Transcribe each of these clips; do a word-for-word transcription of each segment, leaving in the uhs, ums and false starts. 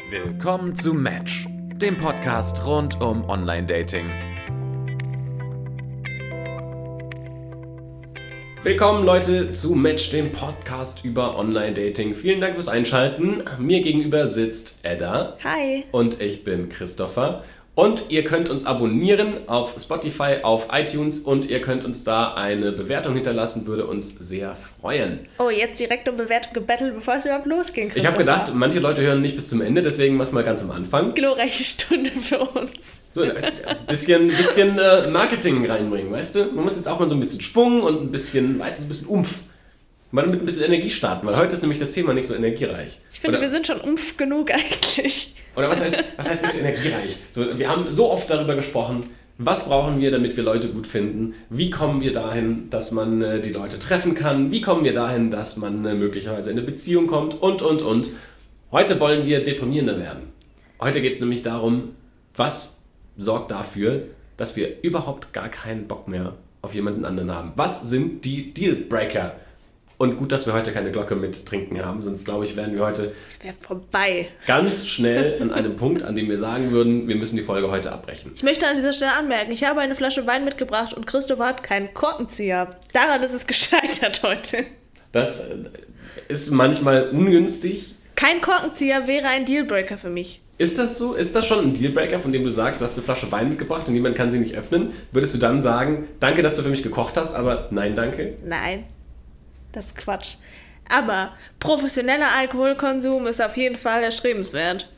Willkommen zu Match, dem Podcast rund um Online-Dating. Willkommen Leute zu Match, dem Podcast über Online-Dating. Vielen Dank fürs Einschalten. Mir gegenüber sitzt Edda. Hi. Und ich bin Christopher. Und ihr könnt uns abonnieren auf Spotify, auf iTunes und ihr könnt uns da eine Bewertung hinterlassen, würde uns sehr freuen. Oh, jetzt direkt um Bewertung gebettelt, bevor es überhaupt losging. Ich habe gedacht, manche Leute hören nicht bis zum Ende, deswegen mach's mal ganz am Anfang. Glorreiche Stunde für uns. So, ein bisschen, bisschen äh, Marketing reinbringen, weißt du? Man muss jetzt auch mal so ein bisschen Schwung und ein bisschen, weißt du, ein bisschen Umf. Mal mit ein bisschen Energie starten, weil heute ist nämlich das Thema nicht so energiereich. Ich finde, Oder, wir sind schon umf genug eigentlich. Oder was heißt, was heißt nicht so energiereich? So, wir haben so oft darüber gesprochen, was brauchen wir, damit wir Leute gut finden? Wie kommen wir dahin, dass man äh, die Leute treffen kann? Wie kommen wir dahin, dass man äh, möglicherweise in eine Beziehung kommt? Und, und, und. Heute wollen wir deprimierender werden. Heute geht es nämlich darum, was sorgt dafür, dass wir überhaupt gar keinen Bock mehr auf jemanden anderen haben. Was sind die Dealbreaker? Und gut, dass wir heute keine Glocke mit trinken haben, sonst glaube ich, wären wir heute es wäre vorbei. Ganz schnell an einem Punkt, an dem wir sagen würden, wir müssen die Folge heute abbrechen. Ich möchte an dieser Stelle anmerken, ich habe eine Flasche Wein mitgebracht und Christopher hat keinen Korkenzieher. Daran ist es gescheitert heute. Das ist manchmal ungünstig. Kein Korkenzieher wäre ein Dealbreaker für mich. Ist das so? Ist das schon ein Dealbreaker, von dem du sagst, du hast eine Flasche Wein mitgebracht und niemand kann sie nicht öffnen? Würdest du dann sagen, danke, dass du für mich gekocht hast, aber nein, danke? Nein. Das ist Quatsch. Aber professioneller Alkoholkonsum ist auf jeden Fall erstrebenswert.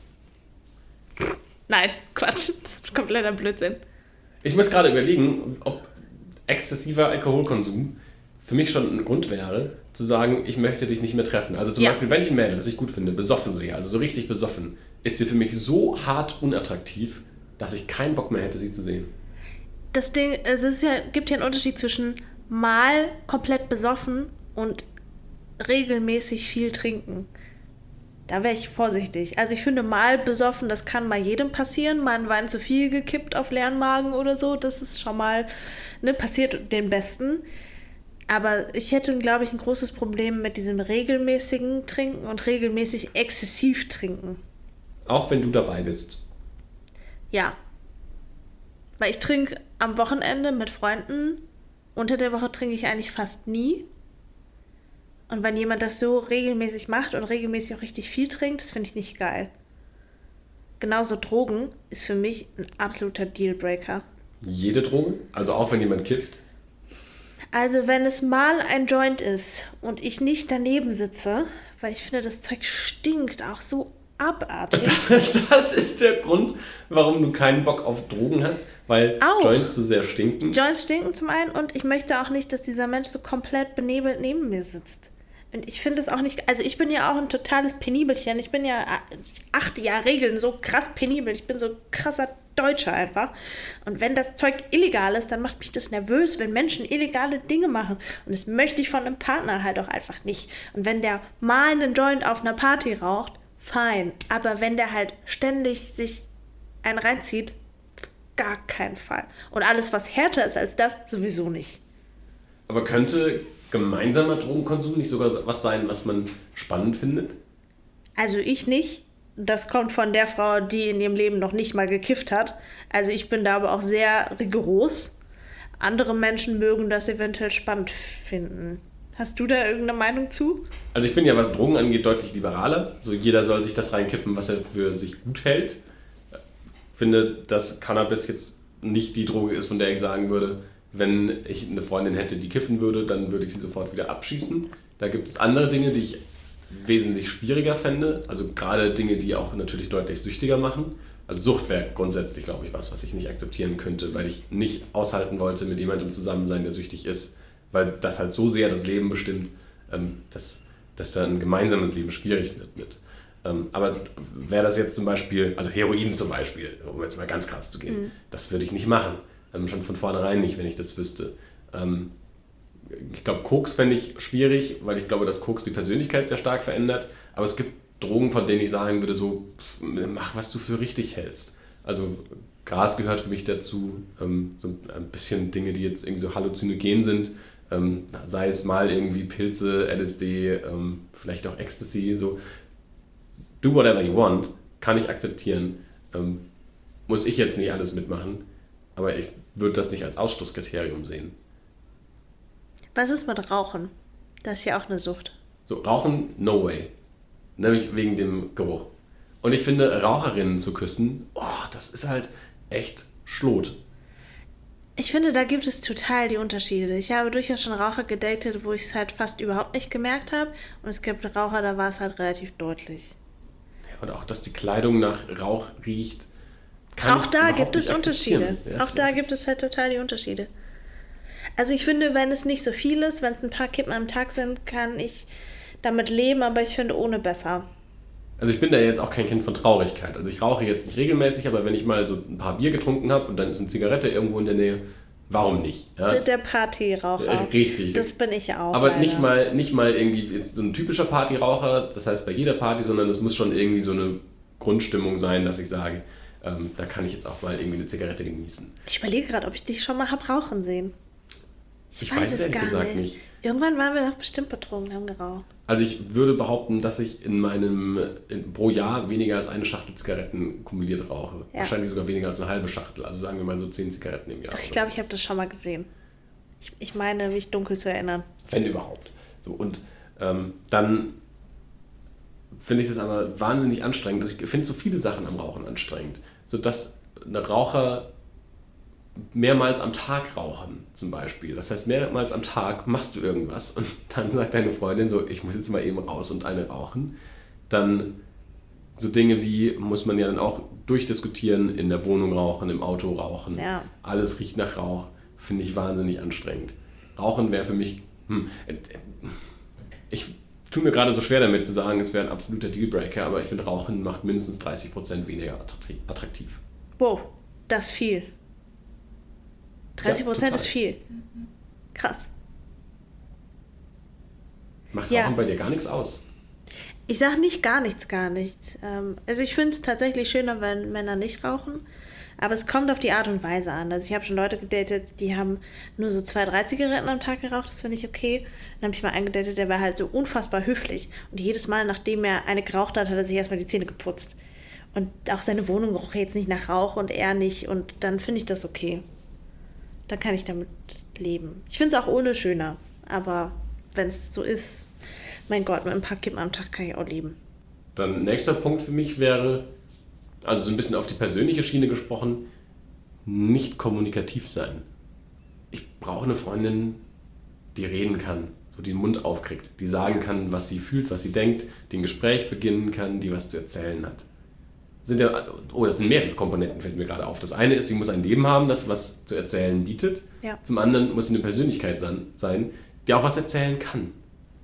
Nein, Quatsch. Das ist kompletter Blödsinn. Ich muss gerade überlegen, ob exzessiver Alkoholkonsum für mich schon ein Grund wäre, zu sagen, ich möchte dich nicht mehr treffen. Also zum ja. Beispiel, wenn ich ein Mädel, das ich gut finde, besoffen sehe, also so richtig besoffen, ist sie für mich so hart unattraktiv, dass ich keinen Bock mehr hätte, sie zu sehen. Das Ding, es ist ja, gibt ja einen Unterschied zwischen mal komplett besoffen und regelmäßig viel trinken. Da wäre ich vorsichtig. Also ich finde, mal besoffen, das kann mal jedem passieren. Mal ein Wein zu viel gekippt auf leeren Magen oder so, das ist schon mal, ne, passiert den Besten. Aber ich hätte, glaube ich, ein großes Problem mit diesem regelmäßigen Trinken und regelmäßig exzessiv trinken. Auch wenn du dabei bist? Ja. Weil ich trinke am Wochenende mit Freunden. Unter der Woche trinke ich eigentlich fast nie. Und wenn jemand das so regelmäßig macht und regelmäßig auch richtig viel trinkt, das finde ich nicht geil. Genauso Drogen ist für mich ein absoluter Dealbreaker. Jede Droge? Also auch wenn jemand kifft? Also wenn es mal ein Joint ist und ich nicht daneben sitze, weil ich finde, das Zeug stinkt auch so abartig. Das ist der Grund, warum du keinen Bock auf Drogen hast, weil auch Joints so sehr stinken. Joints stinken zum einen und ich möchte auch nicht, dass dieser Mensch so komplett benebelt neben mir sitzt. Und ich finde es auch nicht, also ich bin ja auch ein totales Penibelchen. Ich bin ja, ich achte ja Regeln, so krass penibel. Ich bin so krasser Deutscher einfach. Und wenn das Zeug illegal ist, dann macht mich das nervös, wenn Menschen illegale Dinge machen. Und das möchte ich von einem Partner halt auch einfach nicht. Und wenn der mal einen Joint auf einer Party raucht, fein. Aber wenn der halt ständig sich einen reinzieht, gar keinen Fall. Und alles, was härter ist als das, sowieso nicht. Aber könnte gemeinsamer Drogenkonsum nicht sogar was sein, was man spannend findet? Also ich nicht. Das kommt von der Frau, die in ihrem Leben noch nicht mal gekifft hat. Also ich bin da aber auch sehr rigoros. Andere Menschen mögen das eventuell spannend finden. Hast du da irgendeine Meinung zu? Also ich bin ja, was Drogen angeht, deutlich liberaler. So jeder soll sich das reinkippen, was er für sich gut hält. Ich finde, dass Cannabis jetzt nicht die Droge ist, von der ich sagen würde, wenn ich eine Freundin hätte, die kiffen würde, dann würde ich sie sofort wieder abschießen. Da gibt es andere Dinge, die ich wesentlich schwieriger fände. Also gerade Dinge, die auch natürlich deutlich süchtiger machen. Also Sucht wäre grundsätzlich, glaube ich, was, was ich nicht akzeptieren könnte, weil ich nicht aushalten wollte, mit jemandem zusammen sein, der süchtig ist. Weil das halt so sehr das Leben bestimmt, dass, dass da ein gemeinsames Leben schwierig wird mit. Aber wäre das jetzt zum Beispiel, also Heroin zum Beispiel, um jetzt mal ganz krass zu gehen, mhm. das würde ich nicht machen. Schon von vornherein nicht, wenn ich das wüsste. Ich glaube, Koks fände ich schwierig, weil ich glaube, dass Koks die Persönlichkeit sehr stark verändert. Aber es gibt Drogen, von denen ich sagen würde, so, mach, was du für richtig hältst. Also Gras gehört für mich dazu, so ein bisschen Dinge, die jetzt irgendwie so halluzinogen sind. Sei es mal irgendwie Pilze, L S D, vielleicht auch Ecstasy, so. Do whatever you want. kann ich akzeptieren. Ähm, muss ich jetzt nicht alles mitmachen, aber ich würde das nicht als Ausschlusskriterium sehen. Was ist mit Rauchen? Das ist ja auch eine Sucht. So, Rauchen, no way. Nämlich wegen dem Geruch. Und ich finde, Raucherinnen zu küssen, oh, das ist halt echt Schlot. Ich finde, da gibt es total die Unterschiede. Ich habe durchaus schon Raucher gedatet, wo ich es halt fast überhaupt nicht gemerkt habe. Und es gibt Raucher, da war es halt relativ deutlich. Ja, und auch, dass die Kleidung nach Rauch riecht, kann Auch ich da überhaupt gibt es nicht Unterschiede. akzeptieren. Ja, Auch da gibt es halt total die Unterschiede. Also ich finde, wenn es nicht so viel ist, wenn es ein paar Kippen am Tag sind, kann ich damit leben, aber ich finde ohne besser. Also ich bin da jetzt auch kein Kind von Traurigkeit. Also ich rauche jetzt nicht regelmäßig, aber wenn ich mal so ein paar Bier getrunken habe und dann ist eine Zigarette irgendwo in der Nähe, warum nicht? Ja? Der Partyraucher. Richtig. Das bin ich ja auch. Aber leider. nicht mal, nicht mal irgendwie jetzt so ein typischer Partyraucher, das heißt bei jeder Party, sondern es muss schon irgendwie so eine Grundstimmung sein, dass ich sage, ähm, da kann ich jetzt auch mal irgendwie eine Zigarette genießen. Ich überlege gerade, ob ich dich schon mal hab rauchen sehen. Ich, Ich weiß, weiß es ehrlich gar gesagt nicht. nicht. Irgendwann waren wir doch bestimmt betrunken, haben geraucht. Also ich würde behaupten, dass ich in meinem in, pro Jahr weniger als eine Schachtel Zigaretten kumuliert rauche. Ja. Wahrscheinlich sogar weniger als eine halbe Schachtel. Also sagen wir mal so zehn Zigaretten im Jahr. Doch, ich oder glaube, ich sowas. habe das schon mal gesehen. Ich, ich meine, mich dunkel zu erinnern. Wenn überhaupt. So, und ähm, dann finde ich das aber wahnsinnig anstrengend. Also ich finde so viele Sachen am Rauchen anstrengend. So dass ein Raucher mehrmals am Tag rauchen zum Beispiel. Das heißt, mehrmals am Tag machst du irgendwas und dann sagt deine Freundin so, ich muss jetzt mal eben raus und eine rauchen. Dann so Dinge wie, muss man ja dann auch durchdiskutieren, in der Wohnung rauchen, im Auto rauchen. Ja. Alles riecht nach Rauch. Finde ich wahnsinnig anstrengend. Rauchen wäre für mich... Hm, ich tue mir gerade so schwer damit zu sagen, es wäre ein absoluter Dealbreaker, aber ich finde, Rauchen macht mindestens dreißig Prozent weniger attraktiv. Wow, das ist viel. dreißig Prozent Ja, ist viel. Krass. Macht Ja. Rauchen bei dir gar nichts aus? Ich sage nicht gar nichts, gar nichts. Ähm, also ich finde es tatsächlich schöner, wenn Männer nicht rauchen. Aber es kommt auf die Art und Weise an. Also ich habe schon Leute gedatet, die haben nur so zwei, drei Zigaretten am Tag geraucht. Das finde ich okay. Dann habe ich mal einen gedatet, der war halt so unfassbar höflich. Und jedes Mal, nachdem er eine geraucht hat, hat er sich erstmal die Zähne geputzt. Und auch seine Wohnung roch jetzt nicht nach Rauch und er nicht. Und dann finde ich das okay. Dann kann ich damit leben. Ich finde es auch ohne schöner. Aber wenn es so ist, mein Gott, mit ein paar Kippen am Tag kann ich auch leben. Dann nächster Punkt für mich wäre, also so ein bisschen auf die persönliche Schiene gesprochen, nicht kommunikativ sein. Ich brauche eine Freundin, die reden kann, so die den Mund aufkriegt, die sagen kann, was sie fühlt, was sie denkt, die ein Gespräch beginnen kann, die was zu erzählen hat. Sind ja, oh, das sind mehrere Komponenten, fällt mir gerade auf. Das eine ist, sie muss ein Leben haben, das was zu erzählen bietet. Ja. Zum anderen muss sie eine Persönlichkeit sein, die auch was erzählen kann.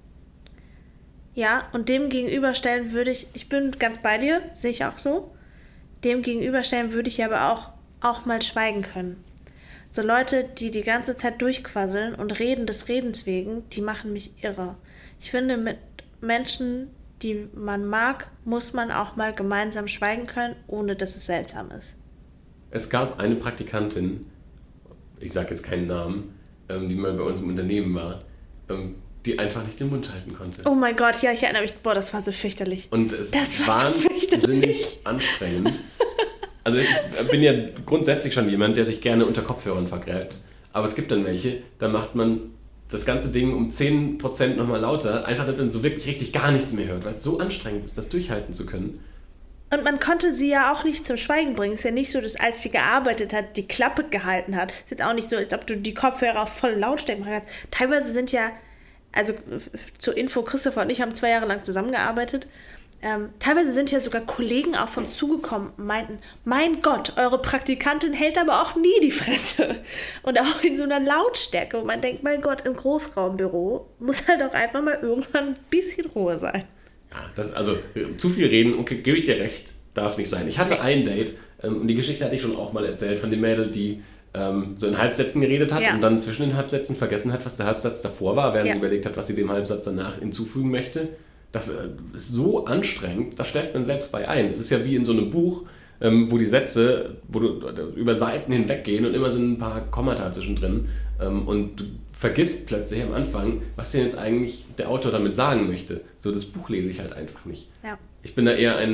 Ja, und dem gegenüberstellen würde ich, ich bin ganz bei dir, sehe ich auch so, dem gegenüberstellen würde ich aber auch, auch mal schweigen können. So Leute, die die ganze Zeit durchquasseln und reden des Redens wegen, die machen mich irre. Ich finde, mit Menschen, die man mag, muss man auch mal gemeinsam schweigen können, ohne dass es seltsam ist. Es gab eine Praktikantin, ich sage jetzt keinen Namen, ähm, die mal bei uns im Unternehmen war, ähm, die einfach nicht den Mund halten konnte. Oh mein Gott, ja, ich erinnere mich, boah, das war so fürchterlich. Und es Das war war so fürchterlich. wahnsinnig anstrengend. Also ich bin ja grundsätzlich schon jemand, der sich gerne unter Kopfhörern vergräbt. Aber es gibt dann welche, da macht man das ganze Ding um zehn Prozent nochmal lauter, einfach damit man so wirklich richtig gar nichts mehr hört, weil es so anstrengend ist, das durchhalten zu können. Und man konnte sie ja auch nicht zum Schweigen bringen. Es ist ja nicht so, dass als sie gearbeitet hat, die Klappe gehalten hat. Es ist jetzt auch nicht so, als ob du die Kopfhörer auf voll Lautstärke machen kannst. Teilweise sind ja, also zur Info, Christopher und ich haben zwei Jahre lang zusammengearbeitet. Ähm, teilweise sind ja sogar Kollegen auf uns zugekommen und meinten, mein Gott, eure Praktikantin hält aber auch nie die Fresse. Und auch in so einer Lautstärke, wo man denkt, mein Gott, im Großraumbüro muss halt auch einfach mal irgendwann ein bisschen Ruhe sein. Ja, das, also zu viel reden, okay, gebe ich dir recht, darf nicht sein. Ich hatte ein Date, ähm, und die Geschichte hatte ich schon auch mal erzählt, von dem Mädel, die ähm, so in Halbsätzen geredet hat, ja, und dann zwischen den Halbsätzen vergessen hat, was der Halbsatz davor war, während, ja, sie überlegt hat, was sie dem Halbsatz danach hinzufügen möchte. Das äh, ist so anstrengend, da schläft man selbst bei ein. Es ist ja wie in so einem Buch, ähm, wo die Sätze, wo du äh, über Seiten hinweggehen und immer sind ein paar Kommata zwischendrin, ähm, und du vergisst plötzlich am Anfang, was denn jetzt eigentlich der Autor damit sagen möchte. So, das Buch lese ich halt einfach nicht. Ja. Ich bin da eher ein,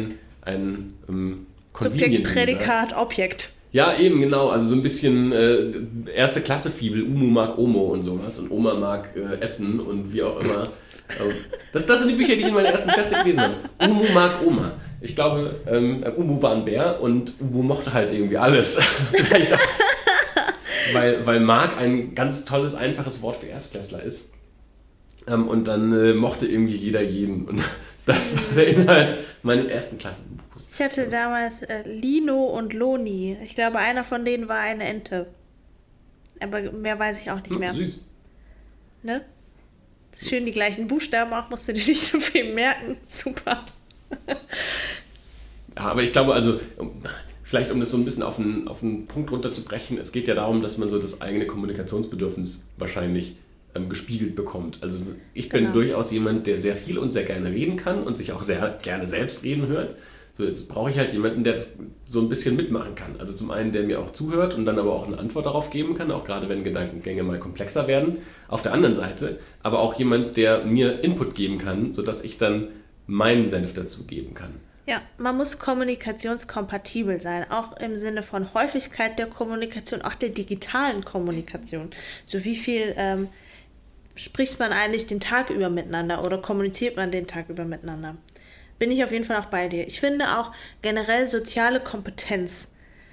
ein ähm, Subjekt, Prädikat, Objekt. Ja, eben, genau. Also so ein bisschen äh, erste Klasse-Fibel. Umu mag Omo und sowas. Und Oma mag äh, Essen und wie auch immer. Das, das sind die Bücher, die ich in meiner ersten Klasse gelesen habe. Umu mag Oma. Ich glaube, ähm, Umu war ein Bär und Umu mochte halt irgendwie alles. Vielleicht auch, weil, weil mag ein ganz tolles, einfaches Wort für Erstklässler ist. Ähm, und dann äh, mochte irgendwie jeder jeden. Und das war der Inhalt meines ersten Klassenbuchs. Ich hatte damals äh, Lino und Loni. Ich glaube, einer von denen war eine Ente. Aber mehr weiß ich auch nicht mehr. Hm, süß. Ne? Schön die gleichen Buchstaben, auch musst du dir nicht so viel merken. Super. Ja, aber ich glaube, also, vielleicht um das so ein bisschen auf einen, auf einen Punkt runterzubrechen, es geht ja darum, dass man so das eigene Kommunikationsbedürfnis wahrscheinlich ähm, gespiegelt bekommt. Also ich bin Genau. durchaus jemand, der sehr viel und sehr gerne reden kann und sich auch sehr gerne selbst reden hört. So, jetzt brauche ich halt jemanden, der das so ein bisschen mitmachen kann. Also zum einen, der mir auch zuhört und dann aber auch eine Antwort darauf geben kann, auch gerade wenn Gedankengänge mal komplexer werden. Auf der anderen Seite aber auch jemand, der mir Input geben kann, sodass ich dann meinen Senf dazu geben kann. Ja, man muss kommunikationskompatibel sein, auch im Sinne von Häufigkeit der Kommunikation, auch der digitalen Kommunikation. So wie viel ähm, spricht man eigentlich den Tag über miteinander oder kommuniziert man den Tag über miteinander? Bin ich auf jeden Fall auch bei dir. Ich finde auch generell soziale Kompetenz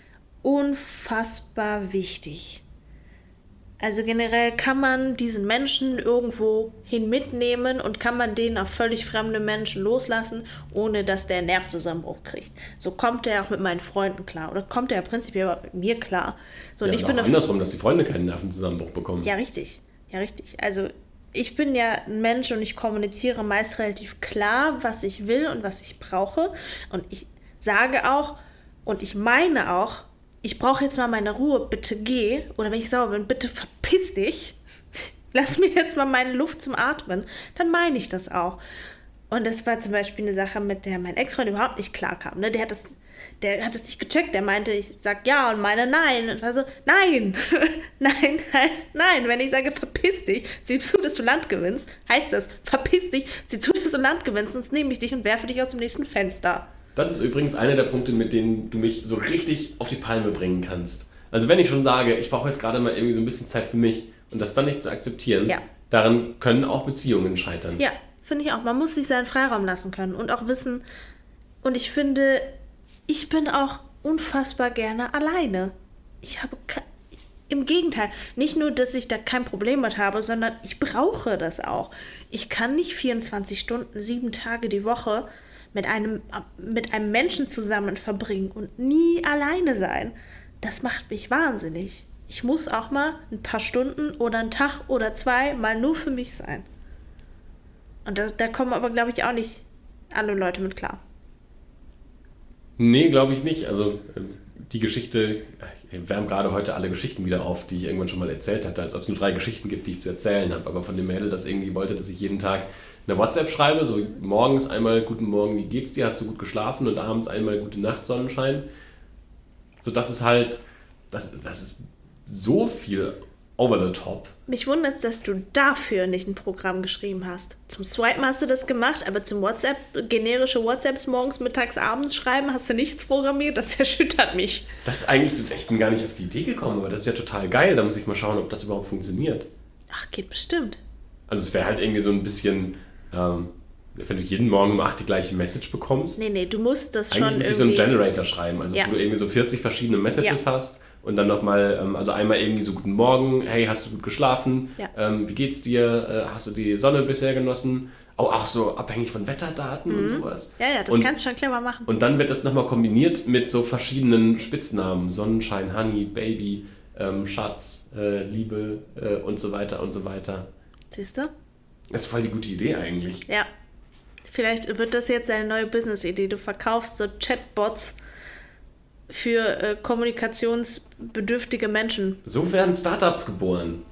unfassbar wichtig. Also generell kann man diesen Menschen irgendwo hin mitnehmen und kann man den auf völlig fremde Menschen loslassen, ohne dass der einen Nervzusammenbruch kriegt. So kommt er auch mit meinen Freunden klar. Oder kommt er prinzipiell mit mir klar. So, Ja, und ich und bin auch auf, andersrum, dass die Freunde keinen Nervenzusammenbruch bekommen. ja, richtig. Ja, richtig. Also ich bin ja ein Mensch und ich kommuniziere meist relativ klar, was ich will und was ich brauche. Und ich sage auch und ich meine auch, ich brauche jetzt mal meine Ruhe, bitte geh. Oder wenn ich sauer bin, bitte verpiss dich. Lass mir jetzt mal meine Luft zum Atmen. Dann meine ich das auch. Und das war zum Beispiel eine Sache, mit der mein Ex-Freund überhaupt nicht klarkam. Ne? Der hat das, der hat es nicht gecheckt. Der meinte, ich sag ja und meine nein. Und war so, nein. Nein heißt nein. Wenn ich sage, verpiss dich, sieh zu, dass du Land gewinnst, heißt das, verpiss dich, sieh zu, dass du Land gewinnst, sonst nehme ich dich und werfe dich aus dem nächsten Fenster. Das ist übrigens einer der Punkte, mit denen du mich so richtig auf die Palme bringen kannst. Also wenn ich schon sage, ich brauche jetzt gerade mal irgendwie so ein bisschen Zeit für mich und das dann nicht zu akzeptieren, Ja. daran können auch Beziehungen scheitern. Ja, finde ich auch. Man muss sich seinen Freiraum lassen können und auch wissen. Und ich finde, ich bin auch unfassbar gerne alleine. Ich habe ke- im Gegenteil, nicht nur, dass ich da kein Problem mit habe, sondern ich brauche das auch. Ich kann nicht vierundzwanzig Stunden, sieben Tage die Woche mit einem, mit einem Menschen zusammen verbringen und nie alleine sein. Das macht mich wahnsinnig. Ich muss auch mal ein paar Stunden oder einen Tag oder zwei mal nur für mich sein. Und das, da kommen aber, glaube ich, auch nicht alle Leute mit klar. Nee, glaube ich nicht. Also die Geschichte, wir haben gerade heute alle Geschichten wieder auf, die ich irgendwann schon mal erzählt hatte, als ob es nur drei Geschichten gibt, die ich zu erzählen habe. Aber von dem Mädel, das irgendwie wollte, dass ich jeden Tag eine WhatsApp schreibe, so morgens einmal guten Morgen, wie geht's dir, hast du gut geschlafen und abends einmal gute Nacht, Sonnenschein. So, das ist halt, das, das ist so viel over the top. Mich wundert es, dass du dafür nicht ein Programm geschrieben hast. Zum Swipen hast du das gemacht, aber zum WhatsApp, generische WhatsApps morgens, mittags, abends schreiben, hast du nichts programmiert. Das erschüttert mich. Das ist eigentlich, ich bin gar nicht auf die Idee gekommen, aber das ist ja total geil. Da muss ich mal schauen, ob das überhaupt funktioniert. Ach, geht bestimmt. Also es wäre halt irgendwie so ein bisschen, ähm, wenn du jeden Morgen um acht die gleiche Message bekommst. Nee, nee, du musst das Eigentlich schon müsste ich so einen irgendwie... Generator schreiben, also Ja. wo du irgendwie so vierzig verschiedene Messages Ja. hast und dann nochmal, ähm, also einmal irgendwie so guten Morgen, hey, hast du gut geschlafen, Ja. ähm, wie geht's dir, äh, hast du die Sonne bisher genossen, oh, auch so abhängig von Wetterdaten und sowas. Ja, ja, das und, kannst du schon clever machen. Und dann wird das nochmal kombiniert mit so verschiedenen Spitznamen, Sonnenschein, Honey, Baby, ähm, Schatz, äh, Liebe äh, und so weiter und so weiter. Siehst du? Das ist voll die gute Idee eigentlich. Ja. Vielleicht wird das jetzt eine neue Business-Idee. Du verkaufst so Chatbots für äh, kommunikationsbedürftige Menschen. So werden Startups geboren.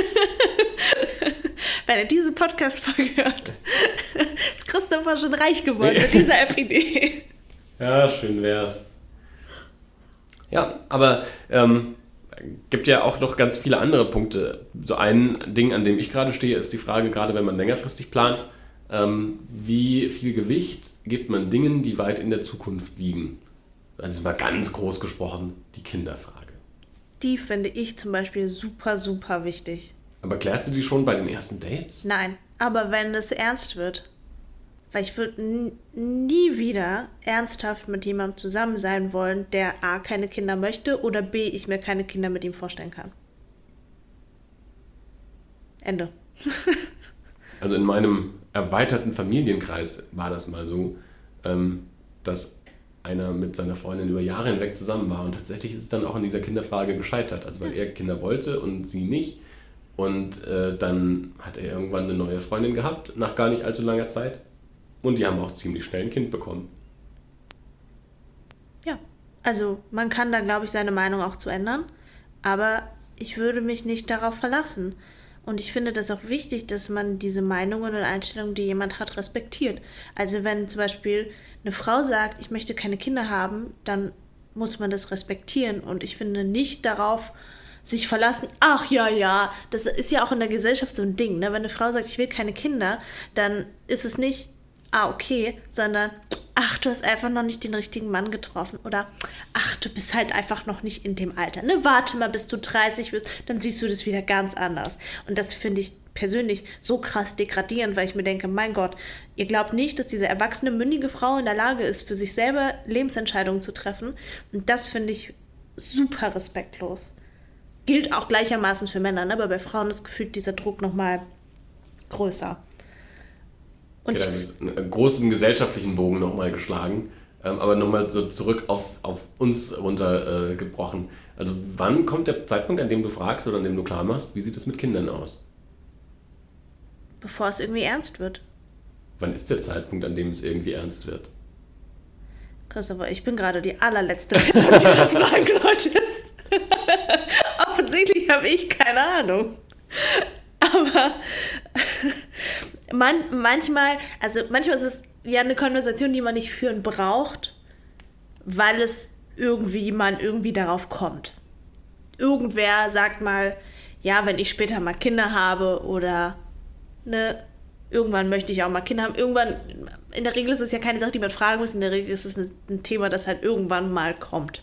Wenn er diese Podcast-Folge hört, ist Christopher schon reich geworden mit dieser App-Idee. Ja, schön wär's. Ja, aber ähm, gibt ja auch noch ganz viele andere Punkte. So ein Ding, an dem ich gerade stehe, ist die Frage, gerade wenn man längerfristig plant, Ähm, wie viel Gewicht gibt man Dingen, die weit in der Zukunft liegen? Das ist mal ganz groß gesprochen die Kinderfrage. Die finde ich zum Beispiel super, super wichtig. Aber klärst du die schon bei den ersten Dates? Nein, aber wenn es ernst wird. Weil ich würde n- nie wieder ernsthaft mit jemandem zusammen sein wollen, der A, keine Kinder möchte oder B, ich mir keine Kinder mit ihm vorstellen kann. Ende. Also in meinem erweiterten Familienkreis war das mal so, ähm, dass einer mit seiner Freundin über Jahre hinweg zusammen war und tatsächlich ist es dann auch an dieser Kinderfrage gescheitert, also weil er Kinder wollte und sie nicht und äh, dann hat er irgendwann eine neue Freundin gehabt, nach gar nicht allzu langer Zeit und die haben auch ziemlich schnell ein Kind bekommen. Ja, also man kann da, glaube ich, seine Meinung auch zu ändern, aber ich würde mich nicht darauf verlassen. Und ich finde das auch wichtig, dass man diese Meinungen und Einstellungen, die jemand hat, respektiert. Also wenn zum Beispiel eine Frau sagt, ich möchte keine Kinder haben, dann muss man das respektieren. Und ich finde nicht darauf sich verlassen, ach ja, ja, das ist ja auch in der Gesellschaft so ein Ding. Ne? Wenn eine Frau sagt, ich will keine Kinder, dann ist es nicht, ah okay, sondern ach, du hast einfach noch nicht den richtigen Mann getroffen oder ach, du bist halt einfach noch nicht in dem Alter. Ne? Warte mal, bis du dreißig wirst, dann siehst du das wieder ganz anders. Und das finde ich persönlich so krass degradierend, weil ich mir denke, mein Gott, ihr glaubt nicht, dass diese erwachsene, mündige Frau in der Lage ist, für sich selber Lebensentscheidungen zu treffen. Und das finde ich super respektlos. Gilt auch gleichermaßen für Männer, ne? Aber bei Frauen ist gefühlt dieser Druck nochmal größer. Und okay, dann einen großen gesellschaftlichen Bogen nochmal geschlagen, ähm, aber nochmal so zurück auf, auf uns runtergebrochen. Äh, also wann kommt der Zeitpunkt, an dem du fragst oder an dem du klar machst, wie sieht es mit Kindern aus? Bevor es irgendwie ernst wird. Wann ist der Zeitpunkt, an dem es irgendwie ernst wird? Christopher, ich bin gerade die allerletzte Person, die das fragen solltest. Offensichtlich habe ich keine Ahnung. Aber man, manchmal, also manchmal ist es ja eine Konversation, die man nicht führen braucht, weil es irgendwie man irgendwie darauf kommt. Irgendwer sagt mal, ja, wenn ich später mal Kinder habe oder ne, irgendwann möchte ich auch mal Kinder haben. Irgendwann, in der Regel ist es ja keine Sache, die man fragen muss, in der Regel ist es ein Thema, das halt irgendwann mal kommt.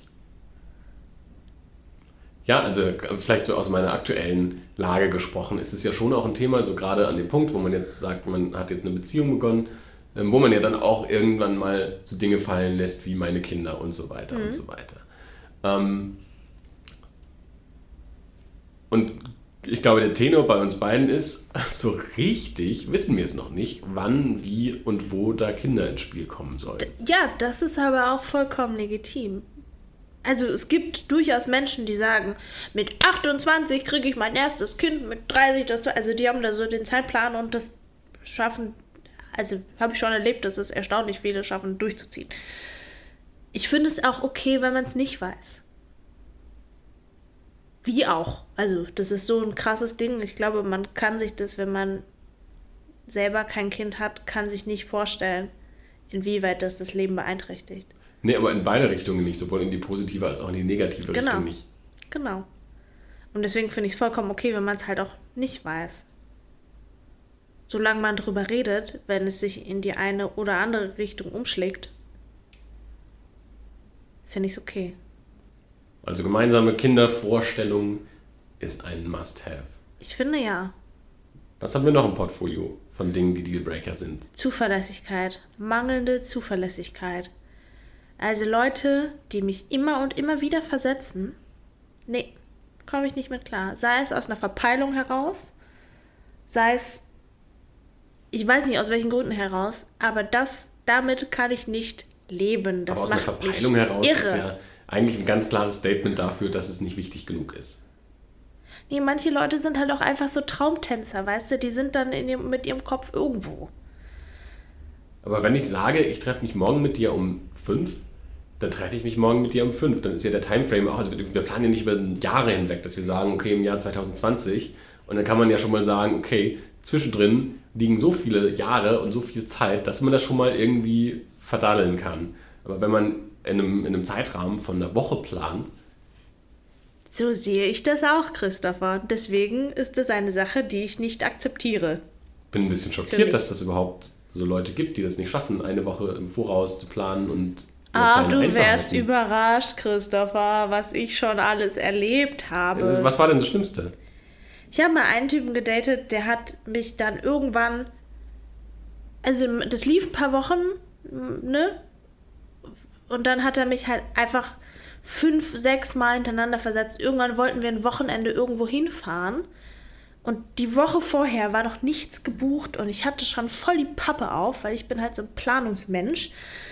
Ja, also vielleicht so aus meiner aktuellen Lage gesprochen, ist es ja schon auch ein Thema, so gerade an dem Punkt, wo man jetzt sagt, man hat jetzt eine Beziehung begonnen, wo man ja dann auch irgendwann mal so Dinge fallen lässt wie meine Kinder und so weiter mhm. und so weiter. Ähm und ich glaube, der Tenor bei uns beiden ist, so richtig wissen wir es noch nicht, wann, wie und wo da Kinder ins Spiel kommen sollen. Ja, das ist aber auch vollkommen legitim. Also es gibt durchaus Menschen, die sagen, mit achtundzwanzig kriege ich mein erstes Kind, mit dreißig, das, also die haben da so den Zeitplan und das schaffen, also habe ich schon erlebt, dass es erstaunlich viele schaffen, durchzuziehen. Ich finde es auch okay, wenn man es nicht weiß. Wie auch. Also das ist so ein krasses Ding. Ich glaube, man kann sich das, wenn man selber kein Kind hat, kann sich nicht vorstellen, inwieweit das das Leben beeinträchtigt. Nee, aber in beide Richtungen nicht, sowohl in die positive als auch in die negative genau. Richtung nicht. Genau. Und deswegen finde ich es vollkommen okay, wenn man es halt auch nicht weiß. Solange man drüber redet, wenn es sich in die eine oder andere Richtung umschlägt, finde ich es okay. Also gemeinsame Kindervorstellung ist ein Must-Have. Ich finde ja. Was haben wir noch im Portfolio von Dingen, die Dealbreaker sind? Zuverlässigkeit. Mangelnde Zuverlässigkeit. Also Leute, die mich immer und immer wieder versetzen, nee, komme ich nicht mit klar. Sei es aus einer Verpeilung heraus, sei es, ich weiß nicht aus welchen Gründen heraus, aber das, damit kann ich nicht leben. Das aber aus macht einer Verpeilung mich heraus irre. Ist ja eigentlich ein ganz klares Statement dafür, dass es nicht wichtig genug ist. Nee, manche Leute sind halt auch einfach so Traumtänzer, weißt du, die sind dann in ihrem, mit ihrem Kopf irgendwo. Aber wenn ich sage, ich treffe mich morgen mit dir um fünf, dann treffe ich mich morgen mit dir um fünf. Dann ist ja der Timeframe auch, also wir planen ja nicht über Jahre hinweg, dass wir sagen, okay, im Jahr zwanzig zwanzig. Und dann kann man ja schon mal sagen, okay, zwischendrin liegen so viele Jahre und so viel Zeit, dass man das schon mal irgendwie verdaddeln kann. Aber wenn man in einem, in einem Zeitrahmen von einer Woche plant. So sehe ich das auch, Christopher. Deswegen ist das eine Sache, die ich nicht akzeptiere. Bin ein bisschen schockiert, dass das überhaupt so Leute gibt, die das nicht schaffen, eine Woche im Voraus zu planen und Ah, du wärst überrascht, Christopher, was ich schon alles erlebt habe. Was war denn das Schlimmste? Ich habe mal einen Typen gedatet, der hat mich dann irgendwann, also das lief ein paar Wochen, ne? Und dann hat er mich halt einfach fünf, sechs Mal hintereinander versetzt. Irgendwann wollten wir ein Wochenende irgendwo hinfahren. Und die Woche vorher war noch nichts gebucht und ich hatte schon voll die Pappe auf, weil ich bin halt so ein Planungsmensch.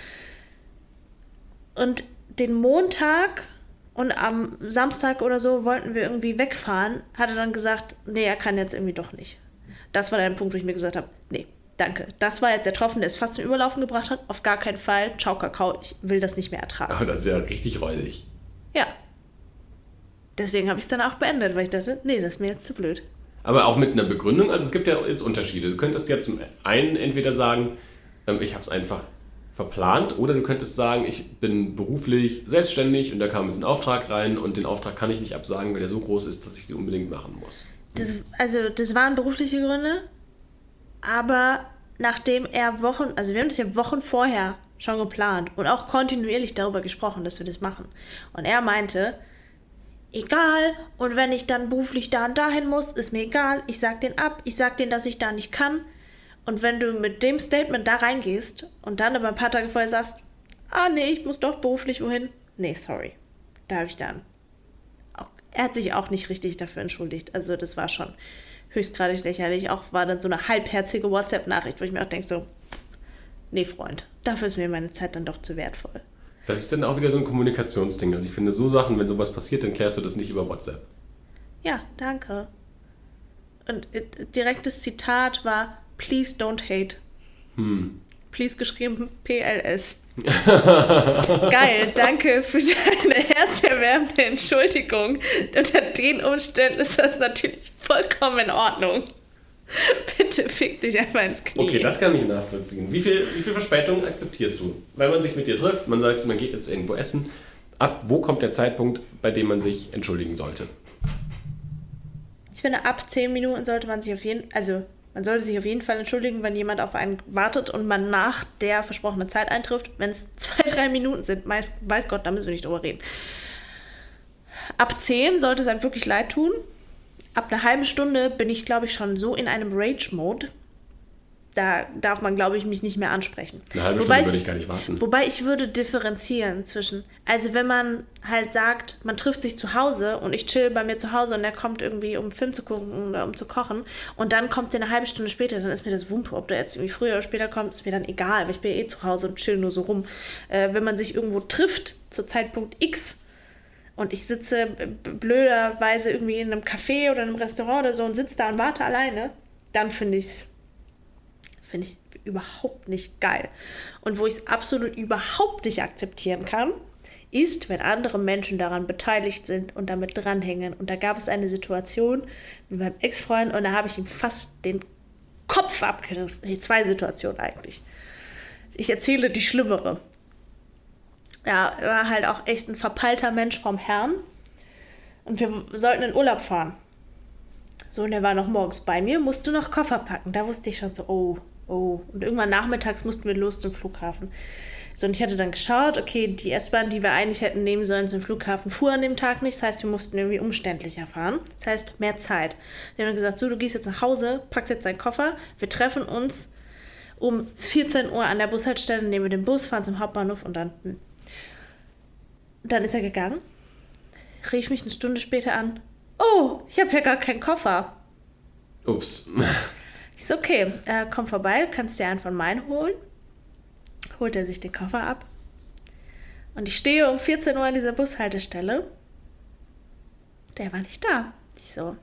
Und den Montag und am Samstag oder so wollten wir irgendwie wegfahren, hat er dann gesagt, nee, er kann jetzt irgendwie doch nicht. Das war der Punkt, wo ich mir gesagt habe, nee, danke. Das war jetzt der Tropfen, der es fast zum Überlaufen gebracht hat. Auf gar keinen Fall. Ciao, Kakao, ich will das nicht mehr ertragen. Aber das ist ja richtig räudig. Ja. Deswegen habe ich es dann auch beendet, weil ich dachte, nee, das ist mir jetzt zu blöd. Aber auch mit einer Begründung, also es gibt ja jetzt Unterschiede. Du könntest ja zum einen entweder sagen, ähm, ich habe es einfach verplant, oder du könntest sagen, ich bin beruflich selbstständig und da kam jetzt ein Auftrag rein und den Auftrag kann ich nicht absagen, weil der so groß ist, dass ich den unbedingt machen muss. Das, also das waren berufliche Gründe, aber nachdem er Wochen, also wir haben das ja Wochen vorher schon geplant und auch kontinuierlich darüber gesprochen, dass wir das machen. Und er meinte, egal, und wenn ich dann beruflich da und dahin muss, ist mir egal, ich sag den ab, ich sag denen, dass ich da nicht kann. Und wenn du mit dem Statement da reingehst und dann aber ein paar Tage vorher sagst, ah nee, ich muss doch beruflich wohin, nee, sorry, da habe ich dann auch, er hat sich auch nicht richtig dafür entschuldigt, also das war schon höchstgradig lächerlich, auch war dann so eine halbherzige WhatsApp-Nachricht, wo ich mir auch denke so, nee Freund, dafür ist mir meine Zeit dann doch zu wertvoll. Das ist dann auch wieder so ein Kommunikationsding. Also ich finde, so Sachen, wenn sowas passiert, dann klärst du das nicht über WhatsApp. Ja, danke. Und äh, direktes Zitat war, please don't hate. Hm. Please geschrieben P L S. Geil, danke für deine herzerwärmende Entschuldigung. Unter den Umständen ist das natürlich vollkommen in Ordnung. Bitte fick dich einfach ins Knie. Okay, das kann ich nachvollziehen. Wie viel, wie viel Verspätung akzeptierst du? Weil man sich mit dir trifft, man sagt, man geht jetzt irgendwo essen. Ab wo kommt der Zeitpunkt, bei dem man sich entschuldigen sollte? Ich finde, ab zehn Minuten sollte man sich auf jeden also man sollte sich auf jeden Fall entschuldigen, wenn jemand auf einen wartet und man nach der versprochenen Zeit eintrifft. Wenn es zwei, drei Minuten sind, weiß, weiß Gott, da müssen wir nicht drüber reden. Ab zehn sollte es einem wirklich leid tun. Ab einer halben Stunde bin ich, glaube ich, schon so in einem Rage-Mode. Da darf man, glaube ich, mich nicht mehr ansprechen. Eine halbe wobei Stunde ich, würde ich gar nicht warten. Wobei ich würde differenzieren zwischen, also wenn man halt sagt, man trifft sich zu Hause und ich chill bei mir zu Hause und er kommt irgendwie, um Film zu gucken oder um zu kochen und dann kommt der eine halbe Stunde später, dann ist mir das Wumpe, ob der jetzt irgendwie früher oder später kommt, ist mir dann egal, weil ich bin eh zu Hause und chill nur so rum. Äh, wenn man sich irgendwo trifft, zu Zeitpunkt X, und ich sitze blöderweise irgendwie in einem Café oder in einem Restaurant oder so und sitze da und warte alleine, dann finde ich es finde ich überhaupt nicht geil. Und wo ich es absolut überhaupt nicht akzeptieren kann, ist, wenn andere Menschen daran beteiligt sind und damit dranhängen. Und da gab es eine Situation mit meinem Ex-Freund und da habe ich ihm fast den Kopf abgerissen. Nee, zwei Situationen eigentlich. Ich erzähle die schlimmere. Ja, er war halt auch echt ein verpeilter Mensch vom Herrn. Und wir sollten in Urlaub fahren. So, und er war noch morgens bei mir, musste noch Koffer packen. Da wusste ich schon so, oh, oh. Und irgendwann nachmittags mussten wir los zum Flughafen. So, und ich hatte dann geschaut, okay, die S-Bahn, die wir eigentlich hätten nehmen sollen zum Flughafen, fuhr an dem Tag nicht. Das heißt, wir mussten irgendwie umständlicher fahren. Das heißt, mehr Zeit. Wir haben dann gesagt, so, du gehst jetzt nach Hause, packst jetzt deinen Koffer. Wir treffen uns um vierzehn Uhr an der Bushaltestelle, nehmen wir den Bus, fahren zum Hauptbahnhof und dann... Hm. Dann ist er gegangen, rief mich eine Stunde später an. Oh, ich habe ja gar keinen Koffer. Ups. Ich so, okay, äh, komm vorbei, kannst dir einen von meinen holen. Holt er sich den Koffer ab. Und ich stehe um vierzehn Uhr an dieser Bushaltestelle. Der war nicht da. Ich so,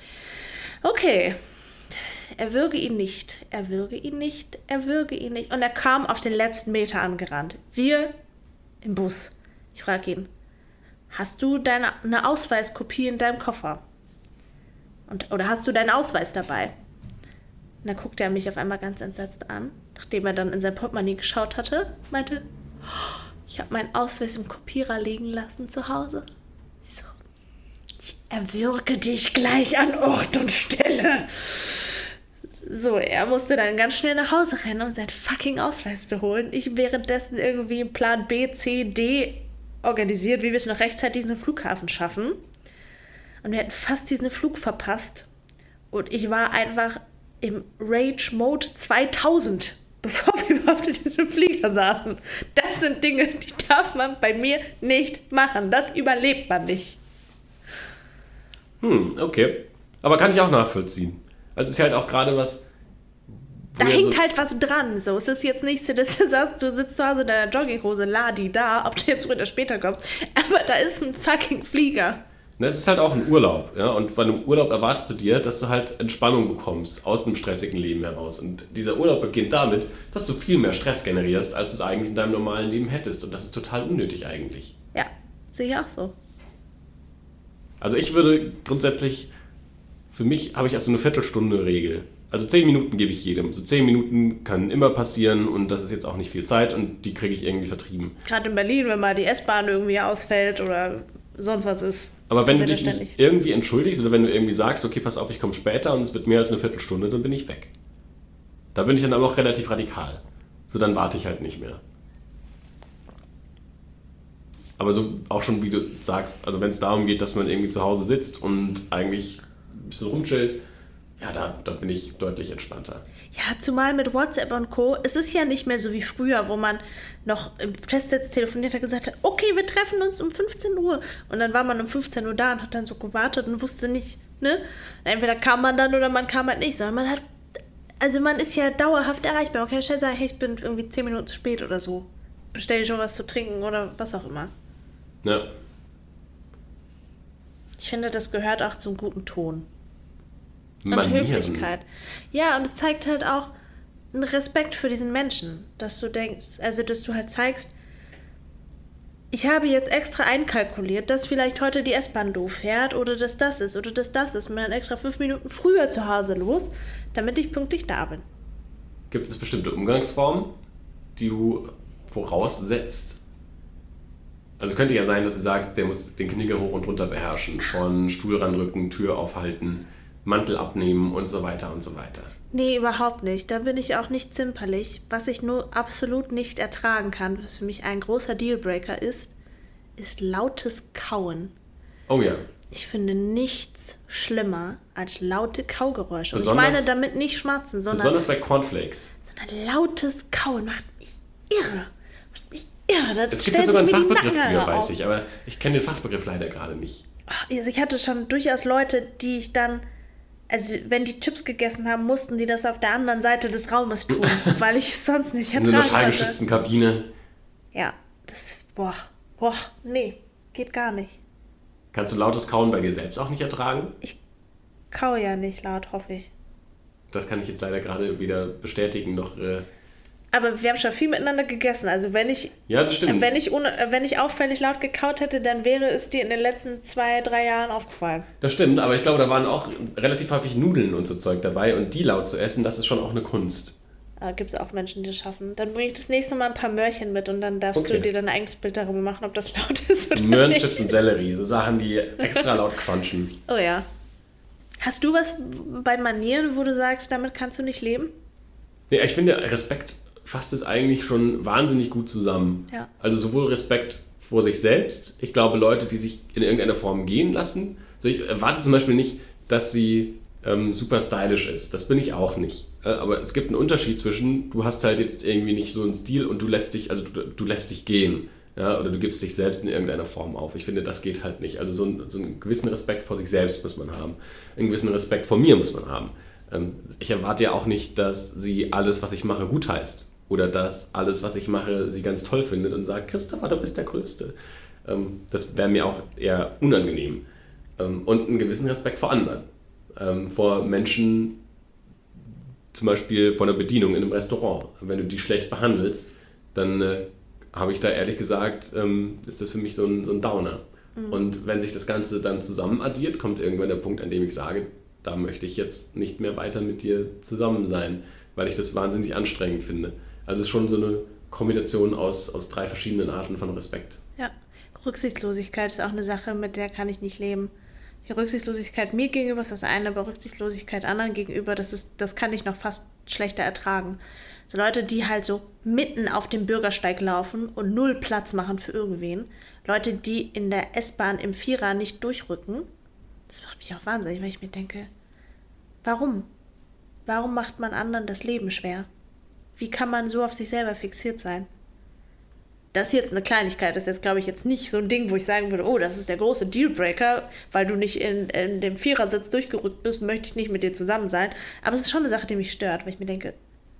okay, er würge ihn nicht, er würge ihn nicht, er würge ihn nicht. Und er kam auf den letzten Meter angerannt. Wir im Bus. Ich frage ihn, hast du deine, eine Ausweiskopie in deinem Koffer? Und, oder hast du deinen Ausweis dabei? Und dann guckte er mich auf einmal ganz entsetzt an, nachdem er dann in sein Portemonnaie geschaut hatte, meinte, oh, ich habe meinen Ausweis im Kopierer liegen lassen zu Hause. Ich so, ich erwürge dich gleich an Ort und Stelle. So, er musste dann ganz schnell nach Hause rennen, um seinen fucking Ausweis zu holen. Ich währenddessen irgendwie Plan B, C, D organisiert, wie wir es noch rechtzeitig diesen Flughafen schaffen. Und wir hätten fast diesen Flug verpasst. Und ich war einfach im Rage-Mode zweitausend, bevor wir überhaupt in diesem Flieger saßen. Das sind Dinge, die darf man bei mir nicht machen. Das überlebt man nicht. Hm, okay. Aber kann ich auch nachvollziehen. Also es ist halt auch gerade was... Da hängt so halt was dran. So. Es ist jetzt nicht so, dass du sagst, du sitzt zu Hause in deiner Jogginghose, ladi da, ob du jetzt früher oder später kommst. Aber da ist ein fucking Flieger. Es ist halt auch ein Urlaub, ja, und bei einem Urlaub erwartest du dir, dass du halt Entspannung bekommst aus einem stressigen Leben heraus. Und dieser Urlaub beginnt damit, dass du viel mehr Stress generierst, als du es eigentlich in deinem normalen Leben hättest. Und das ist total unnötig eigentlich. Ja, sehe ich auch so. Also ich würde grundsätzlich, für mich habe ich also eine Viertelstunde Regel. Also zehn Minuten gebe ich jedem. So zehn Minuten kann immer passieren und das ist jetzt auch nicht viel Zeit und die kriege ich irgendwie vertrieben. Gerade in Berlin, wenn mal die S-Bahn irgendwie ausfällt oder sonst was ist. Aber wenn du dich nicht irgendwie entschuldigst oder wenn du irgendwie sagst, okay, pass auf, ich komme später und es wird mehr als eine Viertelstunde, dann bin ich weg. Da bin ich dann aber auch relativ radikal. So, dann warte ich halt nicht mehr. Aber so auch schon, wie du sagst, also wenn es darum geht, dass man irgendwie zu Hause sitzt und eigentlich ein bisschen rumchillt, ja, da, da bin ich deutlich entspannter. Ja, zumal mit WhatsApp und Co. Es ist ja nicht mehr so wie früher, wo man noch im Festnetz telefoniert hat, gesagt hat, okay, wir treffen uns um fünfzehn Uhr. Und dann war man um fünfzehn Uhr da und hat dann so gewartet und wusste nicht, ne? Entweder kam man dann oder man kam halt nicht, sondern man hat, also man ist ja dauerhaft erreichbar. Man kann schnell sagen, hey, ich bin irgendwie zehn Minuten zu spät oder so. Bestell schon was zu trinken oder was auch immer. Ja. Ich finde, das gehört auch zum guten Ton. Und Manieren. Höflichkeit. Ja, und es zeigt halt auch einen Respekt für diesen Menschen, dass du denkst, also dass du halt zeigst, ich habe jetzt extra einkalkuliert, dass vielleicht heute die S-Bahn doof fährt oder dass das ist oder dass das ist und bin dann extra fünf Minuten früher zu Hause los, damit ich pünktlich da bin. Gibt es bestimmte Umgangsformen, die du voraussetzt? Also könnte ja sein, dass du sagst, der muss den Knicker hoch und runter beherrschen, von Stuhl ranrücken, Tür aufhalten, Mantel abnehmen und so weiter und so weiter. Nee, überhaupt nicht. Da bin ich auch nicht zimperlich. Was ich nur absolut nicht ertragen kann, was für mich ein großer Dealbreaker ist, ist lautes Kauen. Oh ja. Ich finde nichts schlimmer als laute Kaugeräusche. Und ich Besonders- meine damit nicht Schmatzen, sondern, Besonders bei Cornflakes. sondern lautes Kauen macht mich irre. Macht mich irre. Das Es gibt ja stellt sogar einen sich mir die Fachbegriff Nackenhaare für, weiß auf. ich, aber ich kenne den Fachbegriff leider gerade nicht. Also ich hatte schon durchaus Leute, die ich dann, also wenn die Chips gegessen haben, mussten die das auf der anderen Seite des Raumes tun, weil ich es sonst nicht In so einer ertragen konnte. schallgeschützten Kabine. Ja, das, boah, boah, nee, geht gar nicht. Kannst du lautes Kauen bei dir selbst auch nicht ertragen? Ich kau ja nicht laut, hoffe ich. Das kann ich jetzt leider gerade weder bestätigen noch... Äh Aber wir haben schon viel miteinander gegessen. Also wenn ich, ja, das stimmt. wenn ich, ohne, wenn ich auffällig laut gekaut hätte, dann wäre es dir in den letzten zwei, drei Jahren aufgefallen. Das stimmt, aber ich glaube, da waren auch relativ häufig Nudeln und so Zeug dabei und die laut zu essen, das ist schon auch eine Kunst. Da gibt es auch Menschen, die das schaffen. Dann bringe ich das nächste Mal ein paar Möhrchen mit und dann darfst Okay. du dir dein eigenes Bild darüber machen, ob das laut ist oder Möhren, nicht. Chips und Sellerie, so Sachen, die extra laut crunchen. Oh ja. Hast du was bei Manieren, wo du sagst, damit kannst du nicht leben? Nee, ich finde, Respekt fasst es eigentlich schon wahnsinnig gut zusammen. Ja. Also sowohl Respekt vor sich selbst, ich glaube Leute, die sich in irgendeiner Form gehen lassen. Also ich erwarte zum Beispiel nicht, dass sie ähm, super stylisch ist. Das bin ich auch nicht. Äh, aber es gibt einen Unterschied zwischen, du hast halt jetzt irgendwie nicht so einen Stil und du lässt dich, also du, du lässt dich gehen. Ja, oder du gibst dich selbst in irgendeiner Form auf. Ich finde, das geht halt nicht. Also so, ein, so einen gewissen Respekt vor sich selbst muss man haben. Einen gewissen Respekt vor mir muss man haben. Ähm, ich erwarte ja auch nicht, dass sie alles, was ich mache, gut heißt. Oder dass alles, was ich mache, sie ganz toll findet und sagt, Christopher, du bist der Größte. Ähm, das wäre mir auch eher unangenehm. Ähm, und einen gewissen Respekt vor anderen. Ähm, vor Menschen, zum Beispiel vor einer Bedienung in einem Restaurant. Wenn du die schlecht behandelst, dann äh, habe ich da ehrlich gesagt, ähm, ist das für mich so ein, so ein Downer. Mhm. Und wenn sich das Ganze dann zusammen addiert, kommt irgendwann der Punkt, an dem ich sage, da möchte ich jetzt nicht mehr weiter mit dir zusammen sein, weil ich das wahnsinnig anstrengend finde. Also es ist schon so eine Kombination aus, aus drei verschiedenen Arten von Respekt. Ja, Rücksichtslosigkeit ist auch eine Sache, mit der kann ich nicht leben. Die Rücksichtslosigkeit mir gegenüber ist das eine, aber Rücksichtslosigkeit anderen gegenüber, das ist, das kann ich noch fast schlechter ertragen. So Leute, die halt so mitten auf dem Bürgersteig laufen und null Platz machen für irgendwen. Leute, die in der S-Bahn im Vierer nicht durchrücken. Das macht mich auch wahnsinnig, weil ich mir denke, warum? Warum macht man anderen das Leben schwer? Wie kann man so auf sich selber fixiert sein? Das ist jetzt eine Kleinigkeit, das ist jetzt, glaube ich, jetzt nicht so ein Ding, wo ich sagen würde, oh, das ist der große Dealbreaker, weil du nicht in, in dem Vierersitz durchgerückt bist, möchte ich nicht mit dir zusammen sein. Aber es ist schon eine Sache, die mich stört, weil ich mir denke,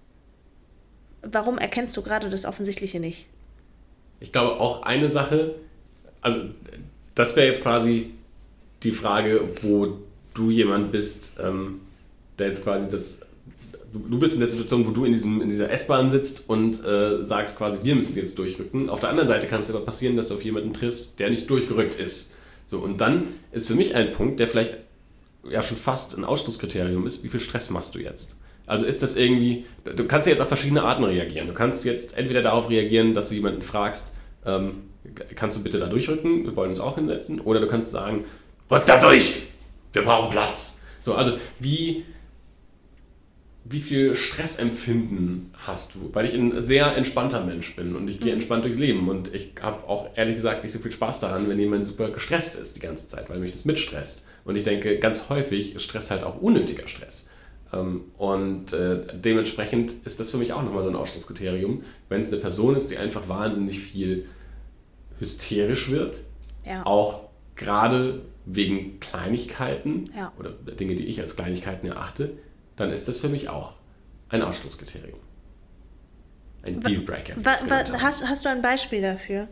warum erkennst du gerade das Offensichtliche nicht? Ich glaube auch eine Sache, also das wäre jetzt quasi die Frage, wo du jemand bist, ähm, der jetzt quasi das... Du bist in der Situation, wo du in, diesem, in dieser S-Bahn sitzt und äh, sagst quasi, wir müssen jetzt durchrücken. Auf der anderen Seite kann es aber passieren, dass du auf jemanden triffst, der nicht durchgerückt ist. So, und dann ist für mich ein Punkt, der vielleicht ja schon fast ein Ausschlusskriterium ist, wie viel Stress machst du jetzt? Also ist das irgendwie, du kannst ja jetzt auf verschiedene Arten reagieren. Du kannst jetzt entweder darauf reagieren, dass du jemanden fragst, ähm, kannst du bitte da durchrücken, wir wollen uns auch hinsetzen. Oder du kannst sagen, rück da durch, wir brauchen Platz. So, also wie... Wie viel Stressempfinden hast du? Weil ich ein sehr entspannter Mensch bin und ich gehe entspannt durchs Leben und ich habe auch ehrlich gesagt nicht so viel Spaß daran, wenn jemand super gestresst ist die ganze Zeit, weil mich das mitstresst. Und ich denke, ganz häufig ist Stress halt auch unnötiger Stress. Und dementsprechend ist das für mich auch nochmal so ein Ausschlusskriterium, wenn es eine Person ist, die einfach wahnsinnig viel hysterisch wird, ja. Auch gerade wegen Kleinigkeiten ja. Oder Dinge, die ich als Kleinigkeiten erachte, dann ist das für mich auch ein Ausschlusskriterium. Ein Dealbreaker. Wa- wa- hast, hast du ein Beispiel dafür?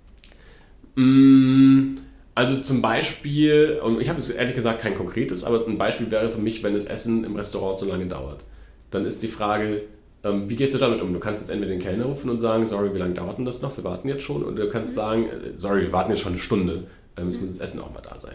Also zum Beispiel, und ich habe jetzt ehrlich gesagt kein konkretes, aber ein Beispiel wäre für mich, wenn das Essen im Restaurant so lange dauert. Dann ist die Frage, wie gehst du damit um? Du kannst jetzt entweder den Kellner rufen und sagen, sorry, wie lange dauert denn das noch? Wir warten jetzt schon. Oder du kannst mhm. sagen, sorry, wir warten jetzt schon eine Stunde. Es muss das Essen auch mal da sein.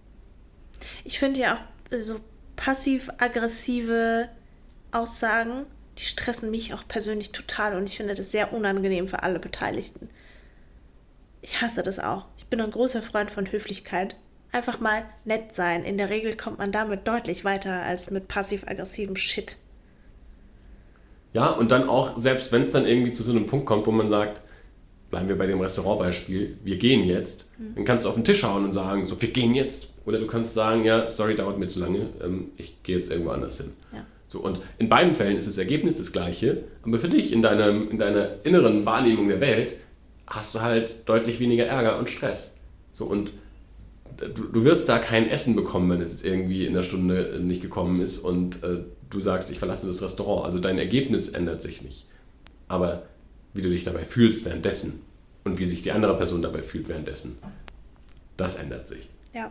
Ich finde ja auch so passiv-aggressive Aussagen, die stressen mich auch persönlich total und ich finde das sehr unangenehm für alle Beteiligten. Ich hasse das auch. Ich bin ein großer Freund von Höflichkeit. Einfach mal nett sein. In der Regel kommt man damit deutlich weiter als mit passiv-aggressivem Shit. Ja, und dann auch, selbst wenn es dann irgendwie zu so einem Punkt kommt, wo man sagt, bleiben wir bei dem Restaurantbeispiel, wir gehen jetzt, mhm. dann kannst du auf den Tisch hauen und sagen, so, wir gehen jetzt. Oder du kannst sagen, ja, sorry, dauert mir zu lange, ähm, ich gehe jetzt irgendwo anders hin. Ja. So, und in beiden Fällen ist das Ergebnis das gleiche, aber für dich in, deinem, in deiner inneren Wahrnehmung der Welt hast du halt deutlich weniger Ärger und Stress. So, und du, du wirst da kein Essen bekommen, wenn es jetzt irgendwie in der Stunde nicht gekommen ist und äh, du sagst, ich verlasse das Restaurant. Also dein Ergebnis ändert sich nicht. Aber wie du dich dabei fühlst währenddessen und wie sich die andere Person dabei fühlt währenddessen, das ändert sich. Ja.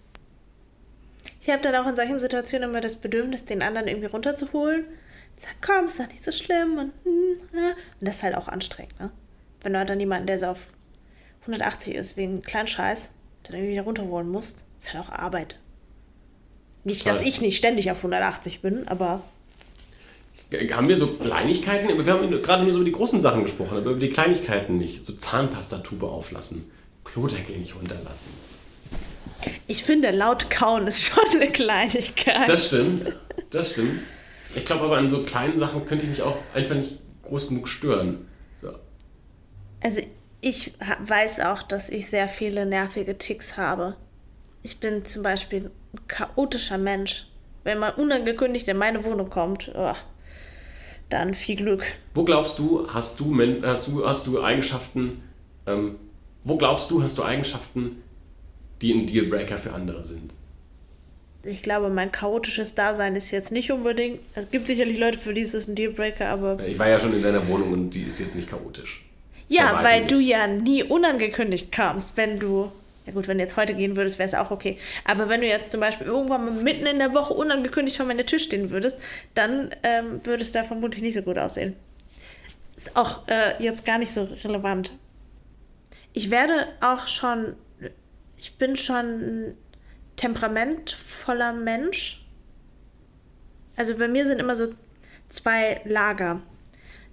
Ich habe dann auch in solchen Situationen immer das Bedürfnis, den anderen irgendwie runterzuholen. Ich sage, komm, ist doch nicht so schlimm. Und, und das ist halt auch anstrengend, ne? Wenn du halt dann jemanden, der so auf hundertachtzig ist, wegen Kleinscheiß, dann irgendwie wieder runterholen musst, ist halt auch Arbeit. Nicht, dass ich nicht ständig auf hundertachtzig bin, aber... Haben wir so Kleinigkeiten? Wir haben gerade nur so über die großen Sachen gesprochen, aber über die Kleinigkeiten nicht. So Zahnpastatube auflassen, Klodeckel nicht runterlassen. Ich finde, laut kauen ist schon eine Kleinigkeit. Das stimmt, das stimmt. Ich glaube aber, an so kleinen Sachen könnte ich mich auch einfach nicht groß genug stören. So. Also ich weiß auch, dass ich sehr viele nervige Ticks habe. Ich bin zum Beispiel ein chaotischer Mensch. Wenn man unangekündigt in meine Wohnung kommt, oh, dann viel Glück. Wo glaubst du, hast du, hast du, hast du Eigenschaften, ähm, wo glaubst du, hast du Eigenschaften, die ein Dealbreaker für andere sind? Ich glaube, mein chaotisches Dasein ist jetzt nicht unbedingt, es gibt sicherlich Leute, für die ist es ein Dealbreaker, aber... Ich war ja schon in deiner Wohnung und die ist jetzt nicht chaotisch. Ja, weil du ja nie unangekündigt kamst, wenn du... Ja gut, wenn du jetzt heute gehen würdest, wäre es auch okay. Aber wenn du jetzt zum Beispiel irgendwann mal mitten in der Woche unangekündigt vor meiner Tür stehen würdest, dann ähm, würde es da vermutlich nicht so gut aussehen. Ist auch äh, jetzt gar nicht so relevant. Ich werde auch schon... Ich bin schon ein temperamentvoller Mensch. Also bei mir sind immer so zwei Lager.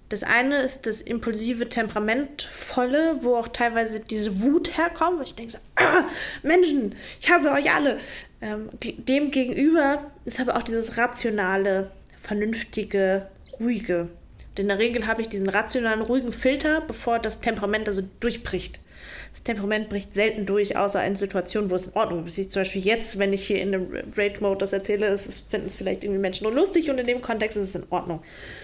Das eine ist das impulsive, temperamentvolle, wo auch teilweise diese Wut herkommt. Wo ich denke so, ah, Menschen, ich hasse euch alle. Ähm, dem gegenüber ist aber auch dieses rationale, vernünftige, ruhige. Und in der Regel habe ich diesen rationalen, ruhigen Filter, bevor das Temperament also durchbricht. Das Temperament bricht selten durch, außer in Situationen, wo es in Ordnung ist. Wie zum Beispiel jetzt, wenn ich hier in dem Rage-Mode das erzähle, ist es, finden es vielleicht irgendwie Menschen nur lustig und in dem Kontext ist es in Ordnung.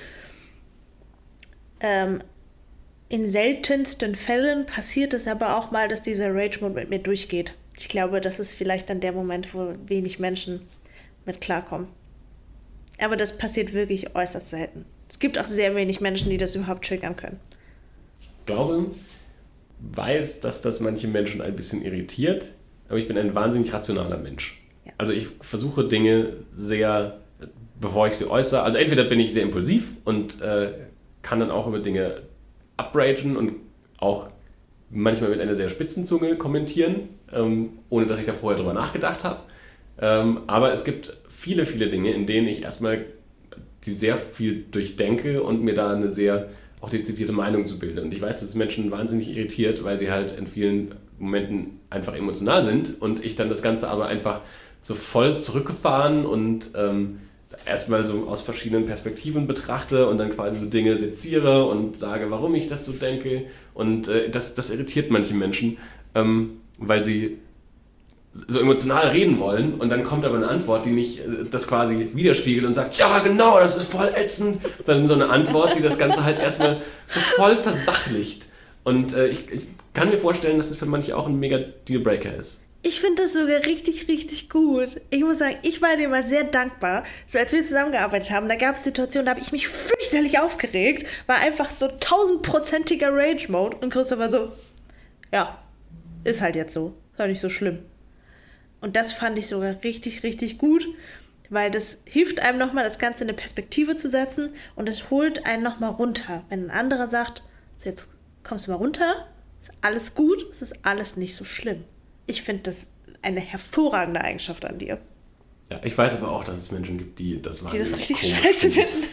Ähm, in seltensten Fällen passiert es aber auch mal, dass dieser Rage-Mode mit mir durchgeht. Ich glaube, das ist vielleicht dann der Moment, wo wenig Menschen mit klarkommen. Aber das passiert wirklich äußerst selten. Es gibt auch sehr wenig Menschen, die das überhaupt triggern können. Ich glaube, weiß, dass das manche Menschen ein bisschen irritiert, aber ich bin ein wahnsinnig rationaler Mensch. Ja. Also ich versuche Dinge sehr, bevor ich sie äußere, also entweder bin ich sehr impulsiv und äh, kann dann auch über Dinge upragen und auch manchmal mit einer sehr spitzen Zunge kommentieren, ähm, ohne dass ich da vorher drüber nachgedacht habe. Ähm, aber es gibt viele, viele Dinge, in denen ich erstmal die sehr viel durchdenke und mir da eine sehr auch dezidierte Meinung zu bilden. Und ich weiß, dass Menschen wahnsinnig irritiert, weil sie halt in vielen Momenten einfach emotional sind und ich dann das Ganze aber einfach so voll zurückgefahren und ähm, erstmal so aus verschiedenen Perspektiven betrachte und dann quasi so Dinge seziere und sage, warum ich das so denke. Und äh, das, das irritiert manche Menschen, ähm, weil sie so emotional reden wollen und dann kommt aber eine Antwort, die nicht äh, das quasi widerspiegelt und sagt, ja genau, das ist voll ätzend, sondern so eine Antwort, die das Ganze halt erstmal so voll versachlicht. Und äh, ich, ich kann mir vorstellen, dass das für manche auch ein mega Dealbreaker ist. Ich finde das sogar richtig, richtig gut. Ich muss sagen, ich war dir mal sehr dankbar. So als wir zusammengearbeitet haben, da gab es Situationen, da habe ich mich fürchterlich aufgeregt. War einfach so tausendprozentiger Rage-Mode. Und Christoph war so, ja, ist halt jetzt so. Ist halt nicht so schlimm. Und das fand ich sogar richtig, richtig gut. Weil das hilft einem nochmal, das Ganze in eine Perspektive zu setzen. Und es holt einen nochmal runter. Wenn ein anderer sagt, so jetzt kommst du mal runter, ist alles gut, es ist alles nicht so schlimm. Ich finde das eine hervorragende Eigenschaft an dir. Ja, ich weiß aber auch, dass es Menschen gibt, die das Die das richtig scheiße finden.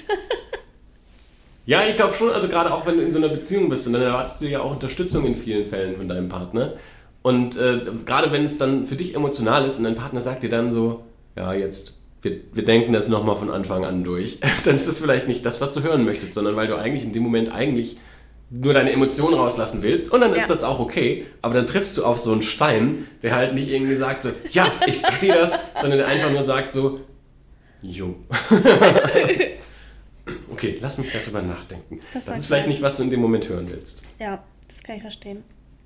Ja, ich glaube schon, also gerade auch wenn du in so einer Beziehung bist, und dann erwartest du ja auch Unterstützung in vielen Fällen von deinem Partner. Und äh, gerade wenn es dann für dich emotional ist und dein Partner sagt dir dann so, ja, jetzt, wir, wir denken das nochmal von Anfang an durch, dann ist das vielleicht nicht das, was du hören möchtest, sondern weil du eigentlich in dem Moment eigentlich nur deine Emotionen rauslassen willst und dann ist ja. das auch okay, aber dann triffst du auf so einen Stein, der halt nicht irgendwie sagt so, ja, ich verstehe das, sondern der einfach nur sagt so, jo. Okay, lass mich darüber nachdenken. Das, das ist vielleicht nicht, was du in dem Moment hören willst. Ja, das kann ich verstehen.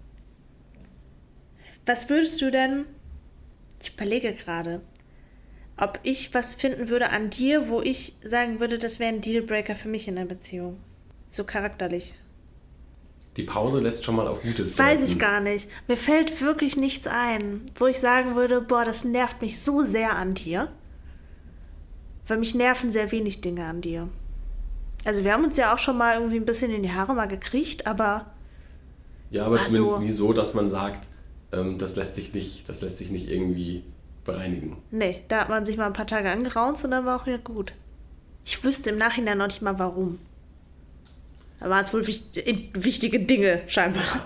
Was würdest du denn, ich überlege gerade, ob ich was finden würde an dir, wo ich sagen würde, das wäre ein Dealbreaker für mich in einer Beziehung. So charakterlich. Die Pause lässt schon mal auf Gutes deuten. Weiß ich gar nicht. Mir fällt wirklich nichts ein, wo ich sagen würde, boah, das nervt mich so sehr an dir. Weil mich nerven sehr wenig Dinge an dir. Also wir haben uns ja auch schon mal irgendwie ein bisschen in die Haare mal gekriegt, aber... Ja, aber also, zumindest nie so, dass man sagt, ähm, das lässt sich nicht, das lässt sich nicht irgendwie bereinigen. Nee, da hat man sich mal ein paar Tage angeraunzt und dann war auch wieder gut. Ich wüsste im Nachhinein noch nicht mal warum. Da waren es wohl wichtige Dinge, scheinbar.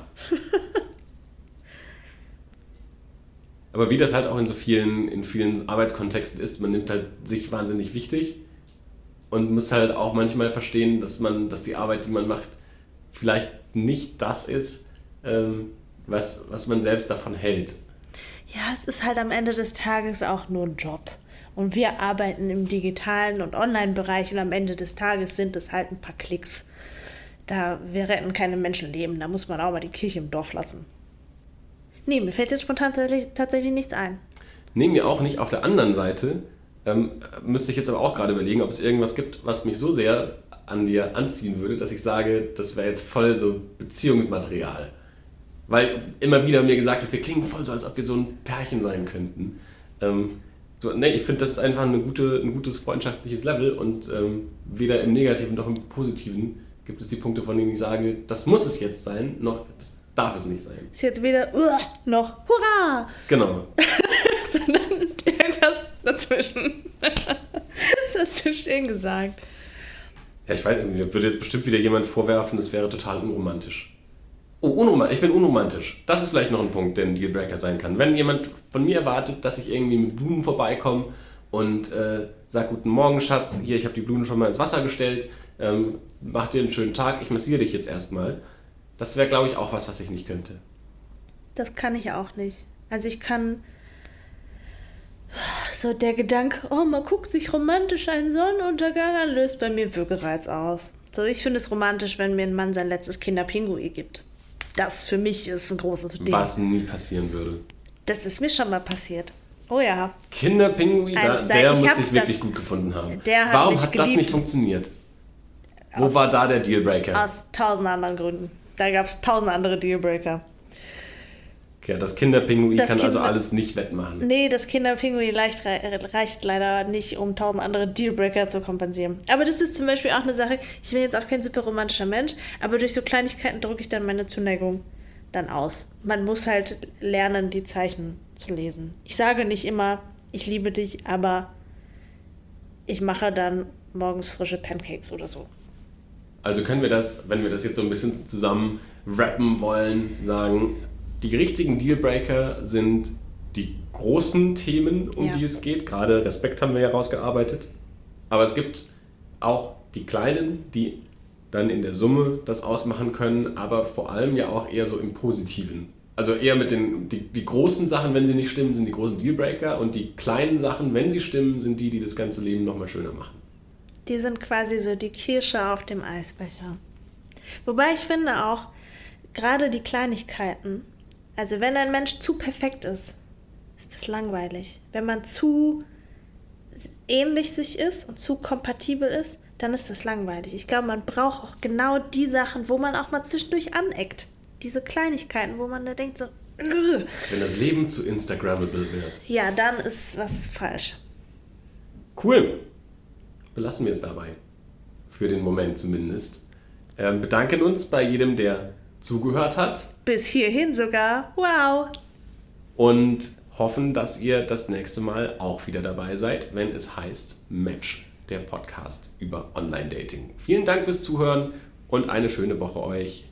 Aber wie das halt auch in so vielen, in vielen Arbeitskontexten ist, man nimmt halt sich wahnsinnig wichtig und muss halt auch manchmal verstehen, dass man, dass die Arbeit, die man macht, vielleicht nicht das ist, ähm, was, was man selbst davon hält. Ja, es ist halt am Ende des Tages auch nur ein Job. Und wir arbeiten im digitalen und Online-Bereich und am Ende des Tages sind es halt ein paar Klicks. Da, wir retten keine Menschenleben, da muss man auch mal die Kirche im Dorf lassen. Nee, mir fällt jetzt spontan tatsächlich, tatsächlich nichts ein. Nee, mir auch nicht. Auf der anderen Seite ähm, müsste ich jetzt aber auch gerade überlegen, ob es irgendwas gibt, was mich so sehr an dir anziehen würde, dass ich sage, das wäre jetzt voll so Beziehungsmaterial. Weil immer wieder mir gesagt wird, wir klingen voll so, als ob wir so ein Pärchen sein könnten. Ähm, so, nee, ich finde, das ist einfach eine gute, ein gutes freundschaftliches Level und ähm, weder im Negativen noch im Positiven gibt es die Punkte, von denen ich sage, das muss es jetzt sein, noch das darf es nicht sein. Ist jetzt weder uh, noch hurra! Genau. Sondern irgendwas dazwischen. Das hast du schön gesagt. Ja, ich weiß, mir würde jetzt bestimmt wieder jemand vorwerfen, das wäre total unromantisch. Oh, unromantisch. Ich bin unromantisch. Das ist vielleicht noch ein Punkt, der ein Dealbreaker sein kann. Wenn jemand von mir erwartet, dass ich irgendwie mit Blumen vorbeikomme und äh, sage, guten Morgen, Schatz, hier, ich habe die Blumen schon mal ins Wasser gestellt, ähm, mach dir einen schönen Tag, ich massiere dich jetzt erstmal. Das wäre, glaube ich, auch was, was ich nicht könnte. Das kann ich auch nicht. Also ich kann so der Gedanke, oh, man guckt sich romantisch einen Sonnenuntergang an, löst bei mir Würgereiz aus. So, ich finde es romantisch, wenn mir ein Mann sein letztes Kinderpinguin gibt. Das für mich ist ein großes Ding. Was nie passieren würde. Das ist mir schon mal passiert. Oh ja. Kinderpinguin, da, Ein- der ich muss hab ich wirklich das- gut gefunden haben. der hat Warum mich hat das geliebt. nicht funktioniert? Wo Aus- war da der Dealbreaker? Aus tausend anderen Gründen. Da gab es tausend andere Dealbreaker. Okay, das Kinderpinguin Das kann also Kinder- alles nicht wettmachen. Nee, das Kinderpinguin leicht, reicht leider nicht, um tausend andere Dealbreaker zu kompensieren. Aber das ist zum Beispiel auch eine Sache, ich bin jetzt auch kein super romantischer Mensch, aber durch so Kleinigkeiten drücke ich dann meine Zuneigung dann aus. Man muss halt lernen, die Zeichen zu lesen. Ich sage nicht immer, ich liebe dich, aber ich mache dann morgens frische Pancakes oder so. Also können wir das, wenn wir das jetzt so ein bisschen zusammen rappen wollen, sagen, die richtigen Dealbreaker sind die großen Themen, um Ja. die es geht. Gerade Respekt haben wir ja rausgearbeitet. Aber es gibt auch die kleinen, die dann in der Summe das ausmachen können, aber vor allem ja auch eher so im Positiven. Also eher mit den die, die großen Sachen, wenn sie nicht stimmen, sind die großen Dealbreaker und die kleinen Sachen, wenn sie stimmen, sind die, die das ganze Leben nochmal schöner machen. Die sind quasi so die Kirsche auf dem Eisbecher. Wobei ich finde auch, gerade die Kleinigkeiten, also wenn ein Mensch zu perfekt ist, ist das langweilig. Wenn man zu ähnlich sich ist und zu kompatibel ist, dann ist das langweilig. Ich glaube, man braucht auch genau die Sachen, wo man auch mal zwischendurch aneckt. Diese Kleinigkeiten, wo man da denkt so, "Ugh." Wenn das Leben zu Instagrammable wird. Ja, dann ist was falsch. Cool. Belassen wir es dabei. Für den Moment zumindest. Ähm, bedanken uns bei jedem, der zugehört hat Bis hierhin sogar. Wow. und hoffen, dass ihr das nächste Mal auch wieder dabei seid, wenn es heißt Match, der Podcast über Online-Dating. Vielen Dank fürs Zuhören und eine schöne Woche euch.